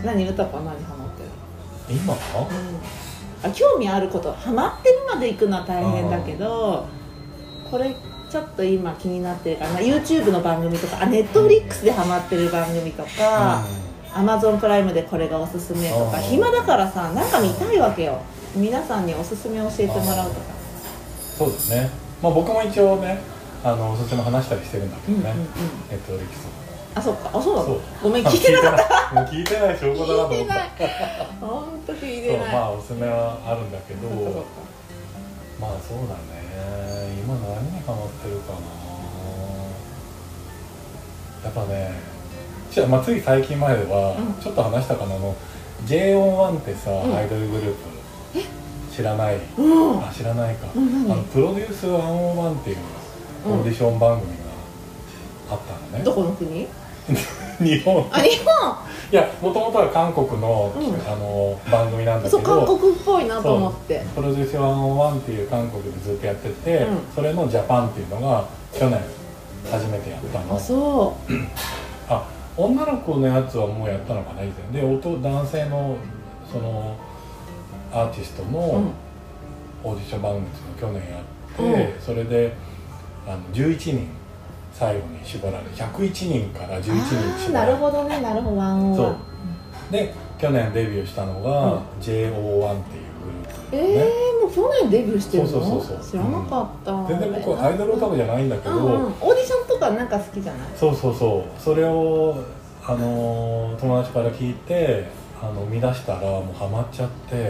何歌子は何ハマってる？ 今、 興味あること、ハマってるまで行くのは大変だけど、これちょっと今気になってるから、YouTube の番組とか、Netflix でハマってる番組とか、Amazon プライムでこれがおすすめとか、暇だからさ、なんか見たいわけよ。皆さんにおすすめ教えてもらうとか。 そうですね、僕も一応ね、おすすめ話したりしてるんだけどね、Netflix。 あ、そっか、そうなの。ごめん、聞いてなかった。 もう聞いてない証拠だなと思った。 聞いてない。本当聞いてない。 そう、おすすめはあるんだけど、そうだね。今何にハマってるかな。やっぱね、つい最近前では、ちょっと話したかな、JO1 ってさ、アイドルグループ知らない？知らないか。プロデュース101っていうオーディション番組があったのね。 どこの国？ 日本。 あ、日本。 いや、もともとは韓国の、番組なんだけど、 そう、韓国っぽいなと思って。 プロデュース101っていう韓国でずっとやってて、それのジャパンっていうのが去年初めてやったの。 あ、そう。 女の子のやつはもうやったのかな、以前で。男性のそのアーティストのオーディション番組っていうのを去年やって、それで11人最後に絞られ、101人から11人絞られる。 なるほどね、なるほど。 そうで、去年デビューしたのが JO1 っていうグループ、 もう去年デビューしてるの？ そう知らなかった。 全然僕アイドル歌じゃないんだけど、 オーディションとかなんか好きじゃない？ そうそれを友達から聞いて見出したらもうハマっちゃって、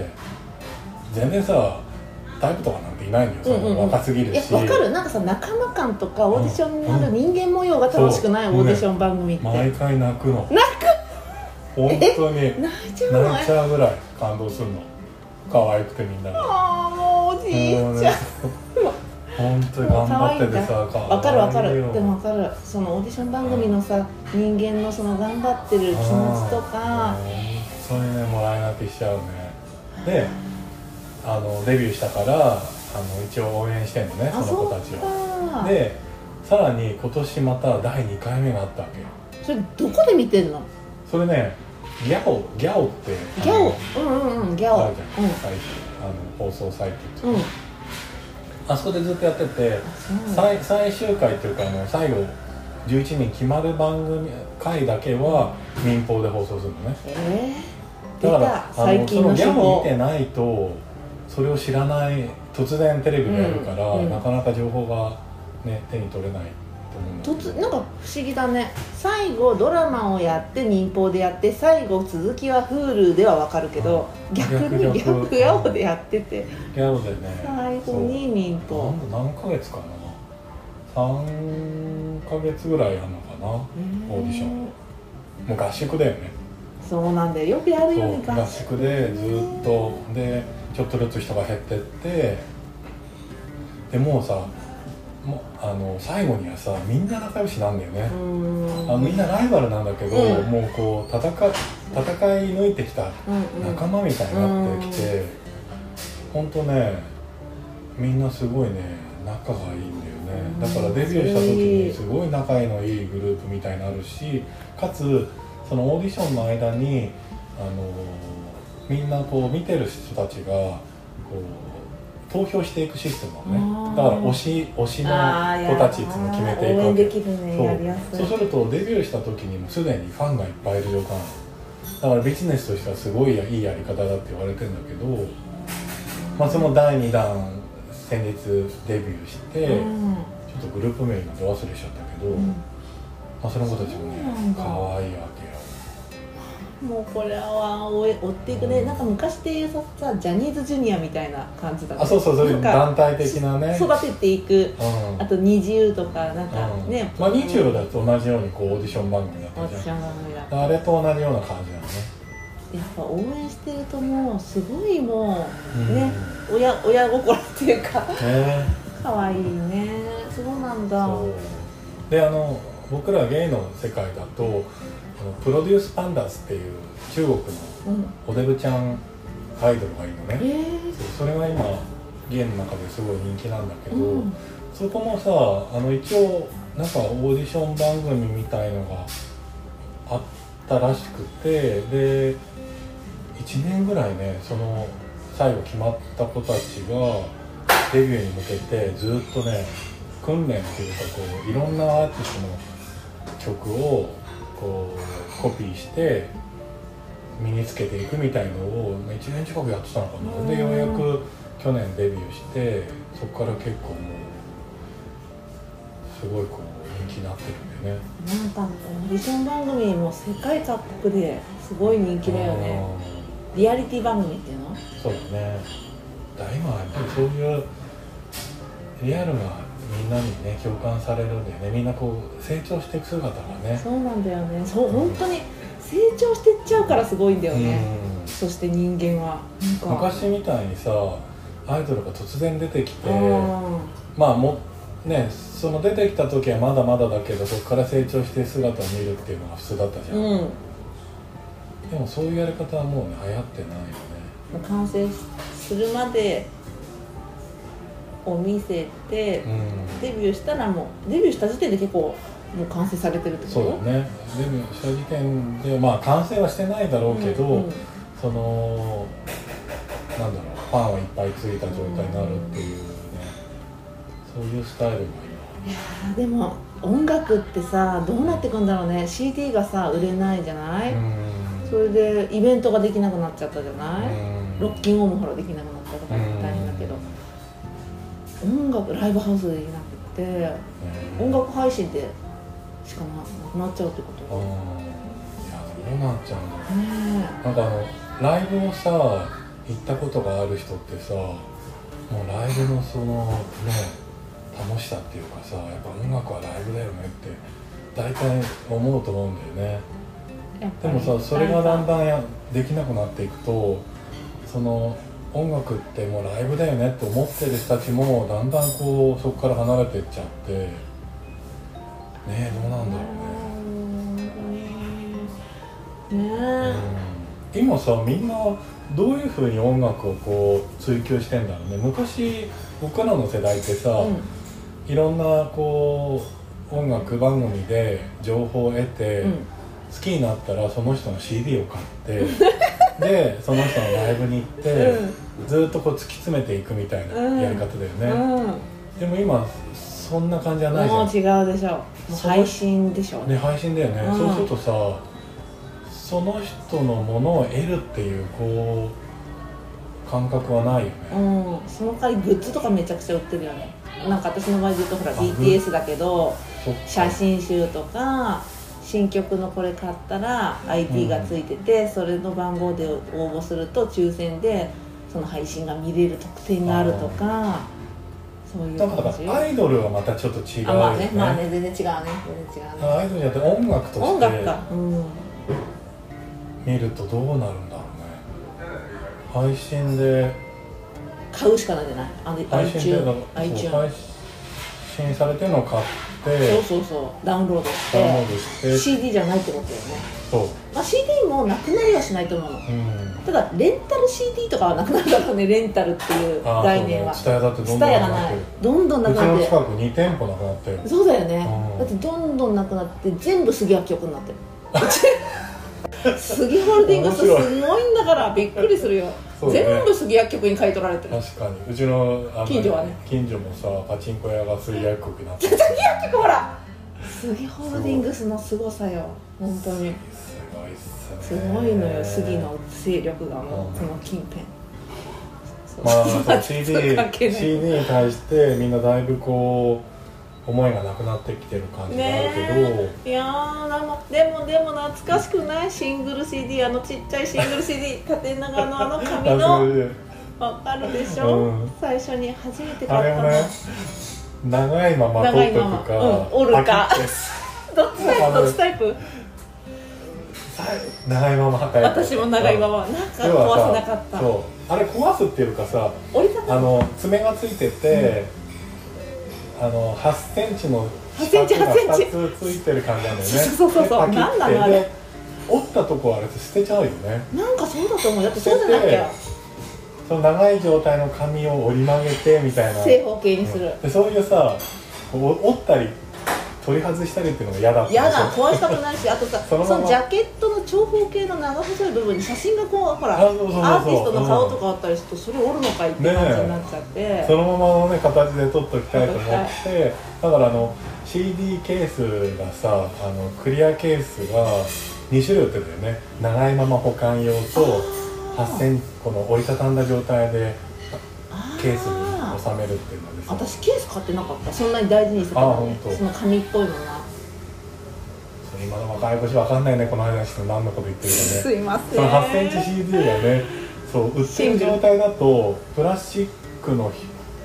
全然さタイプとかなんていないのよ、若すぎるし。 いや、分かる。なんかさ、仲間感とかオーディションにある人間模様が楽しくない？オーディション番組って、 毎回泣くの。本当に泣いちゃうぐらい感動するの。可愛くてみんなが。 もうおじいちゃん。 本当に頑張っててさ、 わかる。でもわかる。そのオーディション番組のさ、人間のその頑張ってる気持ちとか、 それね、もらい泣きしちゃうね。で、デビューしたから一応応援してんのね、その子たちを。で、さらに今年また第2回目があったわけよ。 それどこで見てんの？ それね、ギャオってギャオあるじゃん、放送サイトっていう、あそこでずっとやってて、最終回っていうか最後11人決まる番組回だけは民放で放送するのね。だからそのギャオ見てないとそれを知らない、突然テレビでやるから、なかなか情報がね手に取れないと思うんだけど。 なんか不思議だね。最後ドラマをやって民放でやって、最後続きは Hulu ではわかるけど、逆にギャオでやってて、 ギャオでね、 最後に民放何ヶ月かな、3ヶ月ぐらいやるのかな、オーディション。もう合宿だよね。 そうなんだよ、よくやるよね、 合宿でずっとで、ちょっとずつ人が減ってって、でもうさ、最後にはさ、みんな仲良しなんだよね。みんなライバルなんだけど、もうこう戦い抜いてきた仲間みたいになってきて、本当ね、みんなすごいね、仲がいいんだよね。だからデビューした時にすごい仲のいいグループみたいになるし、かつそのオーディションの間にみんなこう見てる人たちがこう投票していくシステムなのね。だから推しの子たちっていうのを決めていくわけ。 応援できるね、やりやすい。 そうするとデビューした時にもすでにファンがいっぱいいる状態なの。だからビジネスとしてはすごいいいやり方だって言われてるんだけど、その第2弾先日デビューして、ちょっとグループ名今ど忘れしちゃったけど、その子たちもね、可愛いわけよ。 もうこれは追っていくね。なんか昔でいうさ、ジャニーズジュニアみたいな感じだね。 そういう団体的なね、 育てていく。あと20とかなんかね、 20だと同じようにこうオーディション番組だったじゃん。あれと同じような感じなのね。 やっぱ応援してるともうすごいもうね、親心っていうか、可愛いね。そうなんだ。 で僕らゲイの世界だとプロデュースパンダスっていう中国のおデブちゃんアイドルがいるのね。それが今ゲイの中ですごい人気なんだけど、そこもさ一応なんかオーディション番組みたいのがあったらしくて、で1年ぐらいねその最後決まった子たちがデビューに向けてずっとね訓練っていうかこういろんなアーティストの曲をこうコピーして身につけていくみたいのを1年近くやってたのかな。でようやく去年デビューしてそこから結構もうすごいこう人気になってるんだよね。 なんかオーディション番組も世界各国ですごい人気だよね。リアリティ番組っていうの？ そうだね。今はやっぱりそういうリアルなみんなにね共感されるんだよね。みんなこう成長していく姿がね。 そうなんだよね。そう、本当に成長していっちゃうからすごいんだよね。そして人間はなんか昔みたいにさアイドルが突然出てきて、まあもねその出てきた時はまだまだだけどそこから成長して姿を見るっていうのが普通だったじゃん、でもそういうやり方はもうね流行ってないよね。 完成するまでを見せて、デビューしたらもうデビューした時点で結構もう完成されてるってこと？ そうだね。デビューした時点でまあ完成はしてないだろうけど、そのなんだろうファンはいっぱいついた状態になるっていうね、そういうスタイルがいやーでも音楽ってさどうなってくんだろうね。 CD がさ売れないじゃない、それでイベントができなくなっちゃったじゃない、ロッキンオンもほらできなくなったとか大変だけど、音楽ライブハウスできなくて、音楽配信でしかなくなっちゃうってこと？ いやどうなっちゃうんだろう、 ね。 なんかライブをさ行ったことがある人ってさもうライブのそのね楽しさっていうかさ、やっぱ音楽はライブだよねって大体思うと思うんだよね。でもさそれがだんだんできなくなっていくと、その音楽ってもうライブだよねって思ってる人たちもだんだんこうそこから離れていっちゃってねえどうなんだろうね。今さみんなどういう風に音楽をこう追求してんだろうね。昔僕らの世代ってさ、いろんなこう音楽番組で情報を得て、好きになったらその人の CD を買ってでその人のライブに行って、ずっとこう突き詰めていくみたいなやり方だよね、でも今そんな感じじゃないじゃん。 もう違うでしょ。もう配信でしょね。配信だよね、そうするとさその人のものを得るっていうこう感覚はないよね。 その代わりグッズとかめちゃくちゃ売ってるよね。なんか私の場合で言うとほら BTS だけど写真集とか新曲のこれ買ったら ID がついてて、それの番号で応募すると抽選でその配信が見れる特典があるとか、そういう感じ。 だからアイドルはまたちょっと違うよね。 まあね全然違うね。 アイドルじゃなくて音楽として音楽か、 見るとどうなるんだろうね。配信で買うしかないんじゃない？ 配信されてるのを買って、 そうダウンロードして CD じゃないってことだよね。 そう、 まあ、CD もなくなりはしないと思うの、ただレンタル CD とかはなくなるだろうね。レンタルっていう概念は。 ツタヤだってどんどんなくなって、どんどんなくなって、 うちの近く2店舗なくなったよ。 そうだよね、だってどんどんなくなって全部杉薬局になってる杉ホールディングスすごいんだからびっくりするよ、全部杉薬局に買い取られてる。 確かにうちの近所はね、 近所もさパチンコ屋が杉薬局になってる。杉薬局ほら杉ホールディングスの凄さよ本当に。すごいのよ、杉の勢力がもうこの近辺。 まあCD に対してみんなだいぶこう思いがなくなってきてる感じがあるけど、 いやでも懐かしくない？シングル CD、 ちっちゃいシングル CD 縦長の紙のわかるでしょ、最初に初めて買ったの。 あれをね長いまま取っとくか、 折るかどっちタイプ？ 長いまま破壊。 私も長いままなんか壊せなかった。 そうあれ壊すっていうかさ、爪がついてて、8センチの 8センチ 2つついてる感じなんだよね。 そうなんなのあれ。 折ったとこはあれ捨てちゃうよね。 なんかそうだと思う。だってそうじゃなきゃその長い状態の紙を折り曲げてみたいな正方形にする、 でそういうさ折ったり取り外したりっていうのが嫌だった。 嫌だ、壊したくないし、あとさそのジャケットの長方形の長細い部分に写真がこうほらそうそうそうそう、 アーティストの顔とかあったりすると、それ折るのかいって感じになっちゃって、 そのままのね形で撮っときたいと思って、だからCD ケースがさ、クリアケースが2種類売ってたよね。長いまま保管用と8センチ、この折りたたんだ状態でケースに収めるっていうのでさ。 私ケース買ってなかった。そんなに大事にしてたのね。その紙っぽいのな。 今の若い子わかんないね、この話の何のこと言ってるかね。 すいません。 その8センチ CD がね、そう売ってる状態だとプラスチックの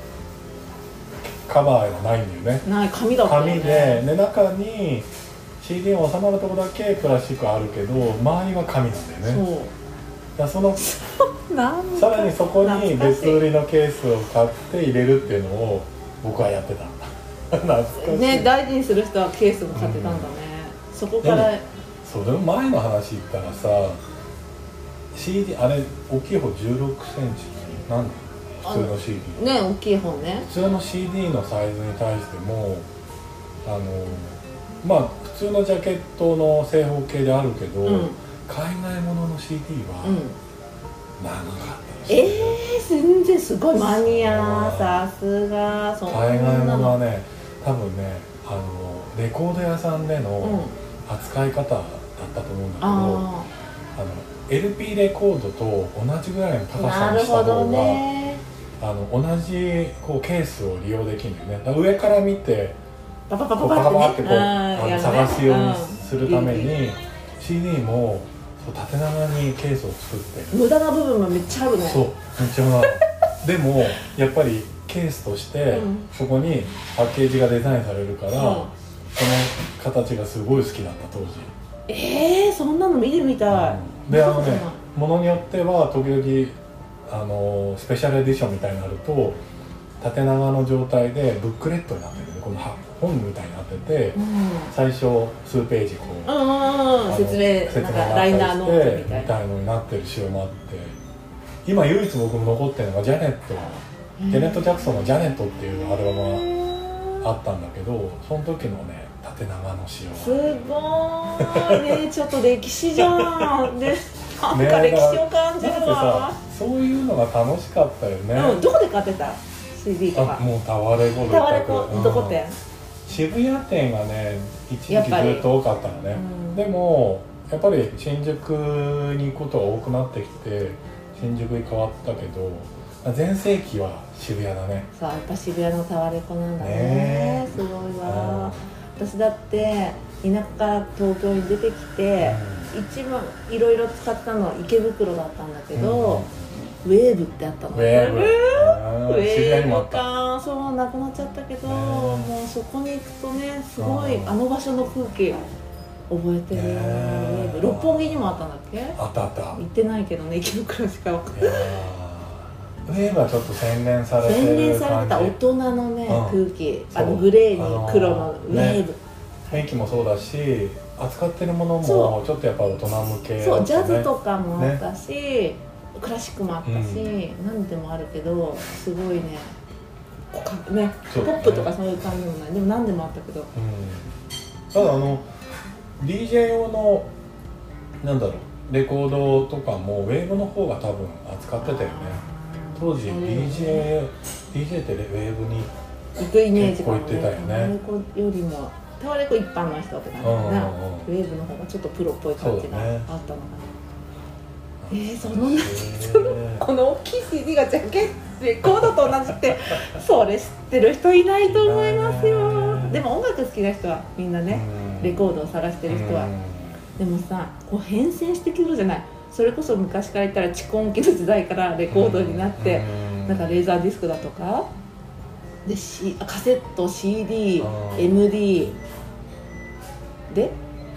カバーがないんだよね。 ない、紙だったよね。 紙で、中に CD が収まるところだけプラスチックあるけど、周りは紙なんだよね。そうだ、そのさらにそこに別売りのケースを買って入れるっていうのを僕はやってた。懐かしいね。大事にする人はケースも買ってたんだね、そこから。 そう、でも前の話言ったらさ、 CD あれ大きい方16センチなんだ、普通の CD ね、大きい方ね。 普通の CD のサイズに対してもまあ普通のジャケットの正方形であるけど、海外ものの CD は長かったですね。 全然すごいマニア、さすが。 海外ものはね、多分ね、レコード屋さんでの扱い方だったと思うんだけど、LP レコードと同じぐらいの高さにした方が、同じこうケースを利用できるんだよね。だから上から見てパパパパパパってこう探すようにするために CD も縦長にケースを作って、 無駄な部分がめっちゃあるね。 そう、めっちゃ無駄でもやっぱりケースとしてそこにパッケージがデザインされるから、この形がすごい好きだった当時。 そんなの見てみたい。 でものによっては時々スペシャルエディションみたいになると縦長の状態でブックレットになってるね。この本みたいになってて、最初数ページこう説明なんかライナーノートみたいのになってる仕様もあって、今唯一僕も残ってるのがジャネット、ジャネット・ジャクソンの「ジャネット」っていうアルバムがあったんだけど、その時のね縦長の仕様すごいね。ちょっと歴史じゃん。でなんか歴史を感じるわ。 そういうのが楽しかったよね。 どこで買ってた CD とか？ もうタワレコで。 タワレコどこ店？ 渋谷店がね一時期ずっと多かったのね。でもやっぱり新宿に行くことが多くなってきて新宿に変わったけど、全盛期は渋谷だね。 そう、やっぱ渋谷のタワレコなんだね。すごいわ。私だって田舎から東京に出てきて、一番いろいろ使ったのは池袋だったんだけど、ウェーブってあったの。 ウェーブ渋谷にもあった。 そう、なくなっちゃったけど、もうそこに行くとね、すごい場所の空気覚えてる。ウェーブ六本木にもあったんだっけ？ あったあった。 行ってないけどね、池袋しか分かんない。 ウェーブはちょっと洗練されてた大人のね、空気、グレーに黒のウェーブ、 雰囲気もそうだし、扱ってるものもちょっとやっぱ大人向け、 そう、ジャズとかもあったし、クラシックもあったし、何でもあるけど、すごいね、ポップとかそういう感じもない。でも何でもあったけど、 ただDJ 用のなんだろう、レコードとかもウェーブの方が多分扱ってたよね。当時 DJ ってウェーブに行くイメージが行ってたよね。 タワレコよりもタワレコ一般の人って感じかな。ウェーブの方がちょっとプロっぽい感じがあったのかな。この大きい CD がジャケットレコードと同じってそれ知ってる人いないと思いますよ。でも音楽好きな人はみんなね、レコードを探してる人は。でもさ、こう変遷してくるじゃない。それこそ昔から言ったら蓄音機の時代からレコードになって、なんかレーザーディスクだとかで、カセット、 CD、 MD で、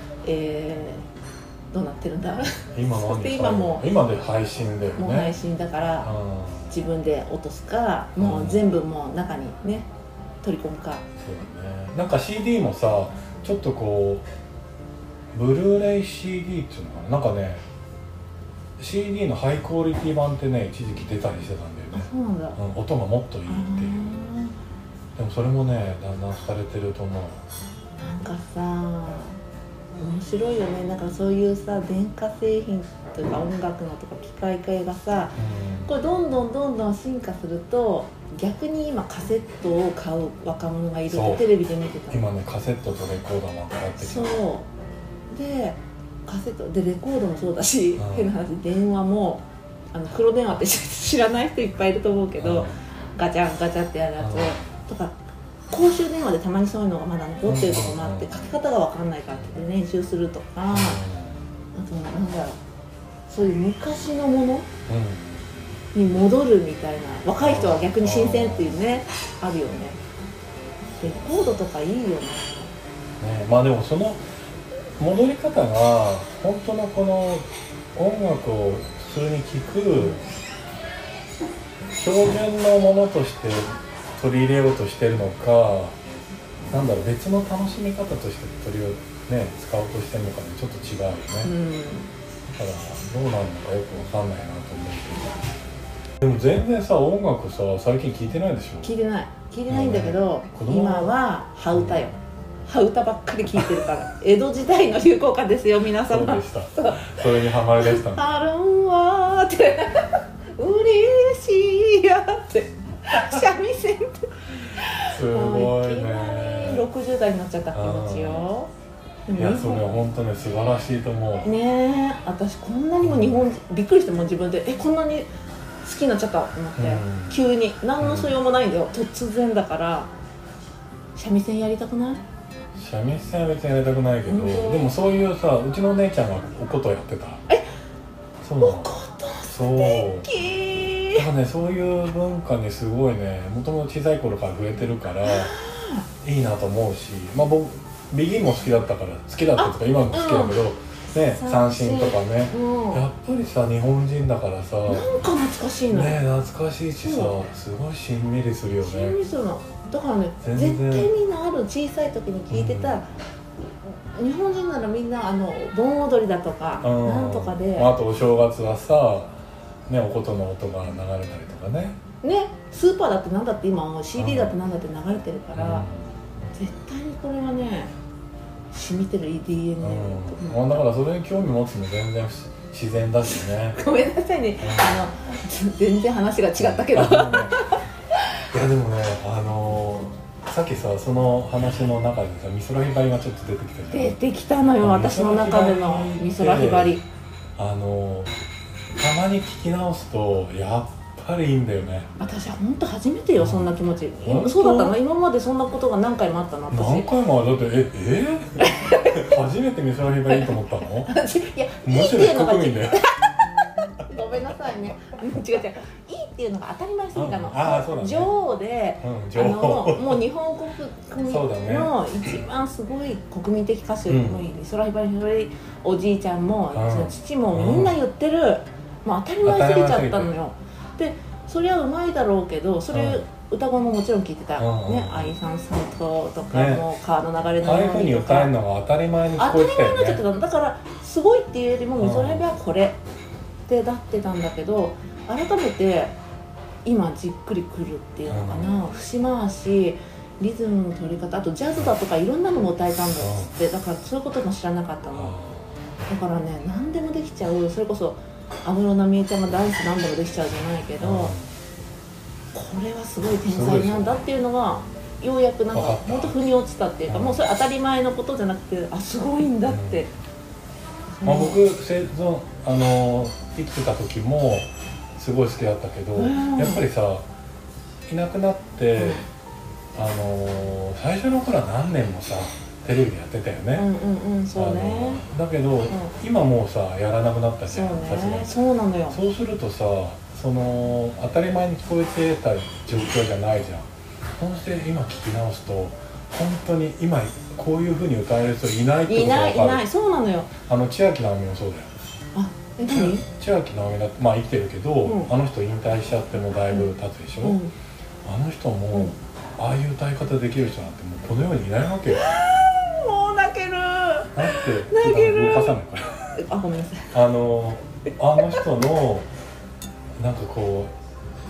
どうなってるんだ今で配信だよね。 もう配信だから自分で落とすか、もう全部もう中にね取り込むか。 そうだね。なんか CD もさ、ちょっとこうブルーレイ CD っていうのかな、なんかね CD のハイクオリティ版ってね一時期出たりしてたんだよね。 そうなんだ。 音がもっといいっていう。でもそれもねだんだんされてると思う。 なんかさ、 面白いよね。なんかそういうさ電化製品とか音楽のとか機械系がさ、これどんどん進化すると逆に今カセットを買う若者がいるってテレビで見てた。 今ねカセットとレコードも変わってきて、 そうでカセットでレコードもそうだし、変な話電話も黒電話って知らない人いっぱいいると思うけど、ガチャガチャってやるやつとか、公衆電話でたまにそういうのがまだ残ってるとこもあって、書き方が分かんないからって練習するとか、あとなんだろう、そういう昔のものに戻るみたいな、若い人は逆に新鮮っていうね、あるよね。レコードとかいいよね。 まあでもその戻り方が本当のこの音楽を普通に聴く標準のものとして取り入れようとしてるのか、なんだろう、別の楽しみ方として使おうとしてるのかでちょっと違うよね、だからどうなるのかよくわかんないなと思うけど、でも全然さ音楽さ最近聴いてないでしょ。 聞いてないんだけど、今は羽歌よ、羽歌ばっかり聴いてるから江戸時代の流行歌ですよ皆様。 そうでしたそれにハマりだしたんだ。 あるんわーって嬉しいやって三味線ってすごいね。 いきなり60代になっちゃった気持ちよ。 いやそれは本当ね素晴らしいと思うねえ。私こんなにも日本びっくりしても自分でこんなに好きになっちゃったと思って、急に何の素養もないんだよ、突然だから。三味線やりたくない？ 三味線は別にやりたくないけど、でもそういうさ、うちのお姉ちゃんがお琴やってた。そうなの。 お琴素敵。 だからね、そういう文化にすごいね、もともと小さい頃から触れてるからいいなと思うし、まあ僕ビギンも好きだったから好きだったとか今も好きだけど、ね、三線とかね、やっぱりさ日本人だからさ、なんか懐かしいのね、懐かしいしさ、すごいしんみりするよね。 しんみりするの。だからね、絶対みんなある小さい時に聞いてた、日本人ならみんな盆踊りだとか、なんとかで、 あとお正月はさ、ね、お琴の音が流れたりとかね。 ね、スーパーだってなんだって今 CD だってなんだって流れてるから、絶対にこれはね染みてる DNA、 だからそれに興味持つの全然自然だしね。 ごめんなさいね、全然話が違ったけど、 いやでもね、さっきさその話の中でさ美空ひばりがちょっと出てきたじゃん。 出てきたのよ、私の中での美空ひばり。 たまに聞き直すとやっぱりいいんだよね。 私は本当初めてよ、そんな気持ち。そうだったの？今までそんなことが何回もあったの？私何回も。だって初めて美空ひばりいいと思ったの？ いや、 むしろ非国民だよ。 ごめんなさいね。違う、いいっていうのが当たり前すぎたの。 そうだね、 女王で、もう日本国の一番すごい国民的歌手、美空ひばり、おじいちゃんも父もみんな言ってる、もう当たり前すぎちゃったのよ。でそれはうまいだろうけど、それ歌声ももちろん聞いてたね。愛さんとかも川の流れのようにとか、ああいう風に歌えるのが当たり前に聞こえてたよね。 当たり前になっちゃってたの。だからすごいっていうよりも美空ひばりはこれってなってたんだけど、改めて今じっくりくるっていうのかな、節回し、リズムの取り方、あとジャズだとかいろんなのも歌えたんだっつって、だからそういうことも知らなかったの。だからね、何でもできちゃう。それこそ安室奈美恵ちゃんがダンス何でもできちゃうじゃないけど、これはすごい天才なんだっていうのがようやくなんか本当腑に落ちたっていうか、もうそれ当たり前のことじゃなくて、あ、すごいんだって。 僕生きてた時もすごい好きだったけど、やっぱりさいなくなって、最初の頃は何年もさテレビでやってたよね。 そうね。 だけど、今もうさやらなくなったじゃん。 そうなのよ。 そうするとさ、当たり前に聞こえてた状況じゃないじゃん。そして今聞き直すと本当に今こういう風に歌える人いないってことが分かる。いない、 そうなのよ。 千秋直美もそうだよ。 何？ 千秋直美だって、まあ生きてるけど、あの人引退しちゃってもだいぶ経つでしょ。あの人も、ああいう歌い方できる人なんてもうこの世にいないわけよ。 もう泣ける。 だって動かさないから。 ごめんなさい。 あの人のなんかこう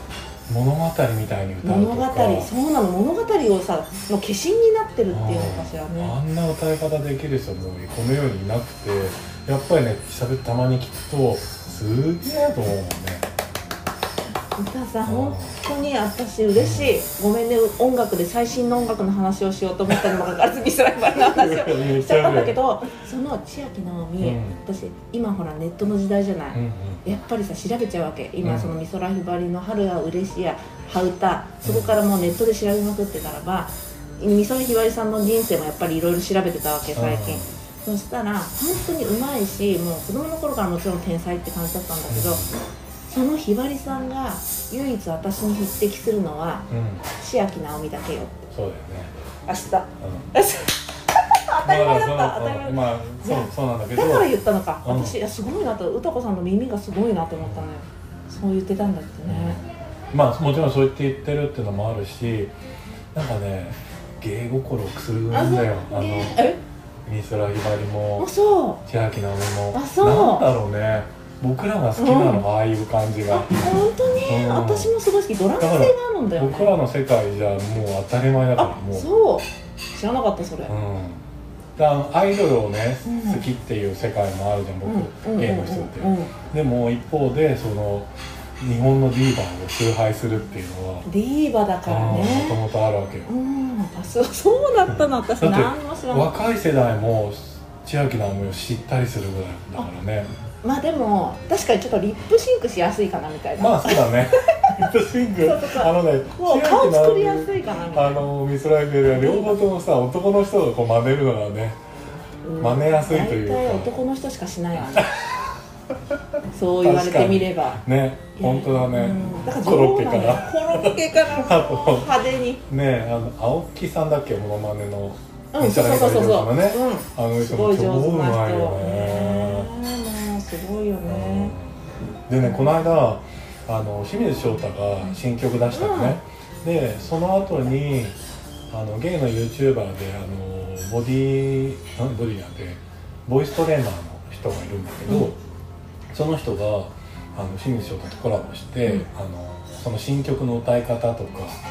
物語みたいに歌うとか、 物語、そうなの、物語をさの化身になってるっていうのかしらね。 あんな歌い方できる人もこの世にいなくて、やっぱりねたまに聞くとすげえと思うもんね。 歌さん本当に私嬉しい、ごめんね、音楽で最新の音楽の話をしようと思ったにもかかわらず美空ひばりの話をしちゃったんだけど、その千秋直美、私今ほらネットの時代じゃない、やっぱりさ調べちゃうわけ今、その美空ひばりの「春は嬉しいや」「羽歌」、そこからもうネットで調べまくってたらば、美空ひばりさんの人生もやっぱりいろいろ調べてたわけ最近。そしたら本当にうまいし、もう子供の頃からもちろん天才って感じだったんだけど、そのひばりさんが唯一私に匹敵するのは、千秋直美だけよって。 そうだよね。 明日、当たり前だった、当たり前だった。 まあそうなんだけど、 だから言ったのか、私いやすごいなと、歌子さんの耳がすごいなと思ったのよ。そう言ってたんだってね。 まあもちろんそう言ってるっていうのもあるし、なんかね芸心をくすぐるんだよ、美空ひばりも千秋直美も。なんだろうね、僕らが好きなの、ああいう感じが。 本当に、私もすごい好き。ドラマ性があるんだよね。 僕らの世界じゃもう当たり前だから。もうそう知らなかったそれ。 アイドルをね好きっていう世界もあるじゃん、僕芸の人って。でも一方でその日本のディーバーを崇拝するっていうのはディーバだからね、 もともとあるわけよ。 そうだったの。私何も知らない。 若い世代も千秋直美を知ったりするぐらいだからね。 まあでも確かにちょっとリップシンクしやすいかなみたいな。 まあそうだね。リップシンクもう顔作りやすいかなみたいな。 美空ひばりは両方ともさ、男の人がこう真似るのがね、真似やすいというか。 大体男の人しかしないわね。そう言われてみればね、本当だね。 コロッケから派手にね、青木さんだっけ、モノマネの。 そうすごい上手な人。 うまいよね。 すごいよね。 でね、この間清水翔太が新曲出したのね。でその後にゲイの YouTuber でボディなんてボイストレーナーの人がいるんだけど、その人が清水翔太とコラボして、その新曲の歌い方とか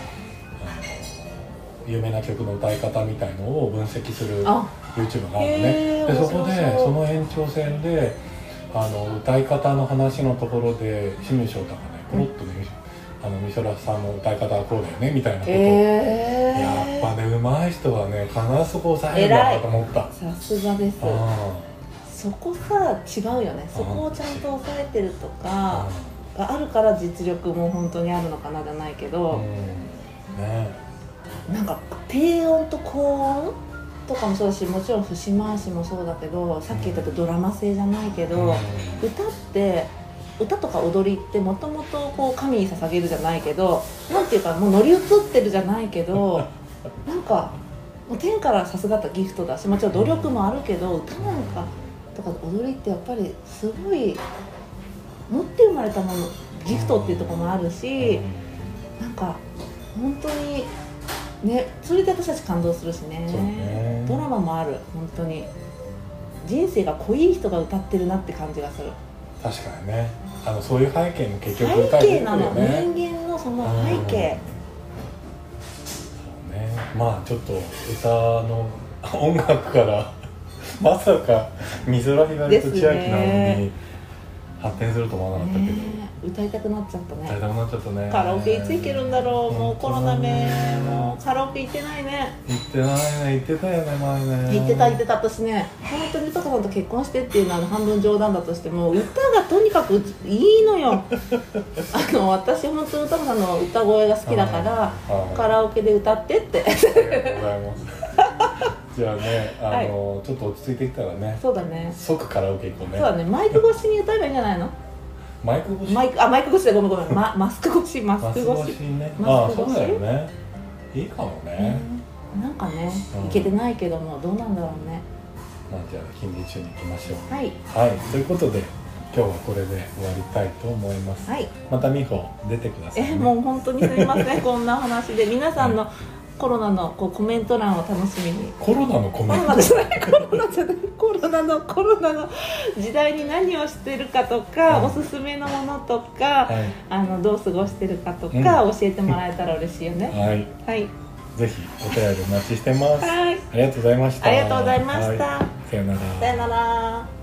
有名な曲の歌い方みたいのを分析する YouTuber があるのね。でそこでその延長線で歌い方の話のところで清水翔太がねポロッとね、美空さんの歌い方はこうだよねみたいなことを、やっぱね上手い人はね必ずそこを抑えるんだなと思った。 さすがです。そこさ違うよね。そこをちゃんと抑えてるとかがあるから実力も本当にあるのかなじゃないけど、なんか低音と高音とかもそうだし、もちろん節回しもそうだけど、さっき言ったドラマ性じゃないけど、歌とか踊りってもともとこう神に捧げるじゃないけど、なんていうかもう乗り移ってるじゃないけど、なんかもう天からさすがったギフトだし、もちろん努力もあるけど、歌なんかとか踊りってやっぱりすごい持って生まれたもの、ギフトっていうところもあるし、なんか本当にね、それで私たち感動するしね。ドラマもある。本当に人生が濃い人が歌ってるなって感じがする。 確かにね、そういう背景も結局歌えてるよね。背景なの、人間のその背景。 そうね。まあちょっと歌の音楽からまさか美空ひばりと千秋直美に発展すると思わなかったけど、 歌いたくなっちゃったね。 歌いたくなっちゃったね。 カラオケいつ行けるんだろう。もうコロナめ、もうカラオケ行ってないね。 行ってないね。行ってたよね、前ね。 行ってた。私ね、本当に豊さんと結婚してっていうのは半分冗談だとしても、歌がとにかくいいのよ。私本当に豊さんの歌声が好きだからカラオケで歌ってって。 ありがとうございます。じゃあね、ちょっと落ち着いてきたらね。 そうだね。 即カラオケ行こうね。 そうだね。マイク越しに歌えばいいんじゃないの？マイク越しでごめん。マスク越しね。 そうだよね。いいかもね。 なんかね、いけてないけどもどうなんだろうね。 まあじゃあ近日中に行きましょう。 はい。 ということで今日はこれで終わりたいと思います。また美穂出てくださいね。 もう本当にすみません。こんな話で皆さんのコロナのこうコメント欄を楽しみに。 コロナのココメントロナじゃないコロナじゃないコロナの時代に何をしてるかとか、 うんおすすめのものとか、 はいどう過ごしてるかとか、教えてもらえたら嬉しいよね。 はいはい、 ぜひお便りお待ちしてます。 はい、 ありがとうございました。 ありがとうございました。 はい、さよなら。 さよなら。